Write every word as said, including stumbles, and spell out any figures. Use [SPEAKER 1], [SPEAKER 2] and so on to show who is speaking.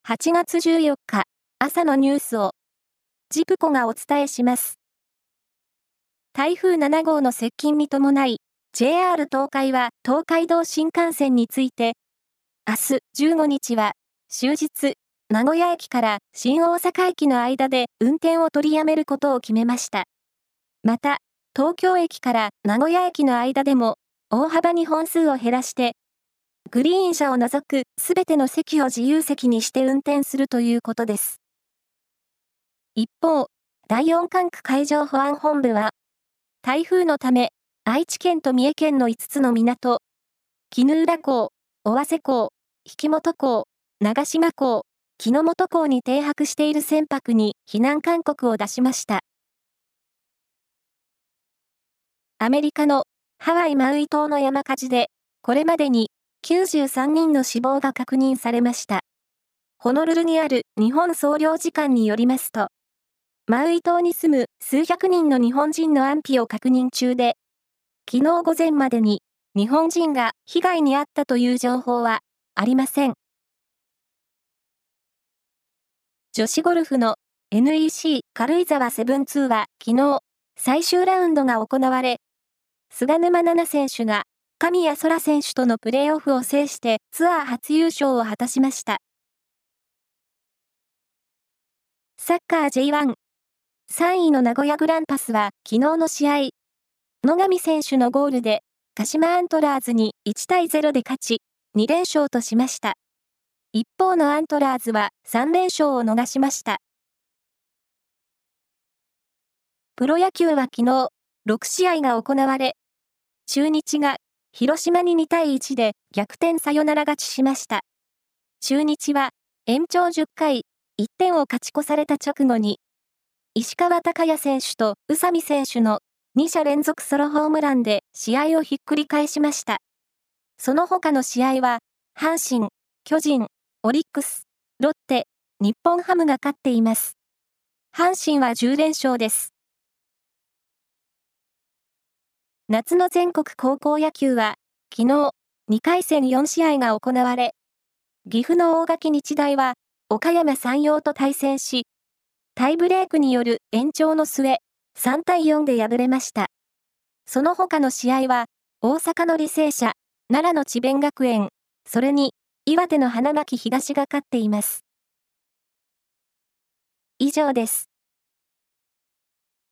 [SPEAKER 1] はちがつじゅうよっか、朝のニュースを、ジプコがお伝えします。台風ななごうの接近に伴い、ジェイアール 東海は東海道新幹線について、明日じゅうごにちは終日、名古屋駅から新大阪駅の間で運転を取りやめることを決めました。また、東京駅から名古屋駅の間でも大幅に本数を減らして、グリーン車を除くすべての席を自由席にして運転するということです。一方、だいよん管区海上保安本部は、台風のため、愛知県と三重県のいつつの港、衣浦港、尾鷲港、引本港、長島港、木之本港に停泊している船舶に避難勧告を出しました。アメリカのハワイ・マウイ島の山火事で、これまでにきゅうじゅうさんにんの死亡が確認されました。ホノルルにある日本総領事館によりますと、マウイ島に住む数百人の日本人の安否を確認中で、昨日午前までに日本人が被害に遭ったという情報はありません。女子ゴルフの エヌイーシー 軽井沢セブンツーは昨日最終ラウンドが行われ、菅沼菜々選手が神谷そら選手とのプレーオフを制してツアー初優勝を果たしました。サッカー ジェイワン、さんいの名古屋グランパスは昨日の試合、野上選手のゴールで鹿島アントラーズにいちたいゼロで勝ち、にれんしょうとしました。一方のアントラーズはさんれんしょうを逃しました。プロ野球は昨日、ろくしあいが行われ、中日が広島ににたいいちで逆転サヨナラ勝ちしました。中日は延長じゅっかい、いってんを勝ち越された直後に、石川昂弥選手と宇佐美選手のにしゃ連続ソロホームランで試合をひっくり返しました。その他の試合は、阪神、巨人、オリックス、ロッテ、日本ハムが勝っています。阪神はじゅうれんしょうです。夏の全国高校野球は、昨日、にかいせんよんしあいが行われ、岐阜の大垣日大は、岡山山陽と対戦し、タイブレークによる延長の末、さんたいよんで敗れました。その他の試合は、大阪の履正社、奈良の智弁学園、それに、岩手の花巻東が勝っています。以上です。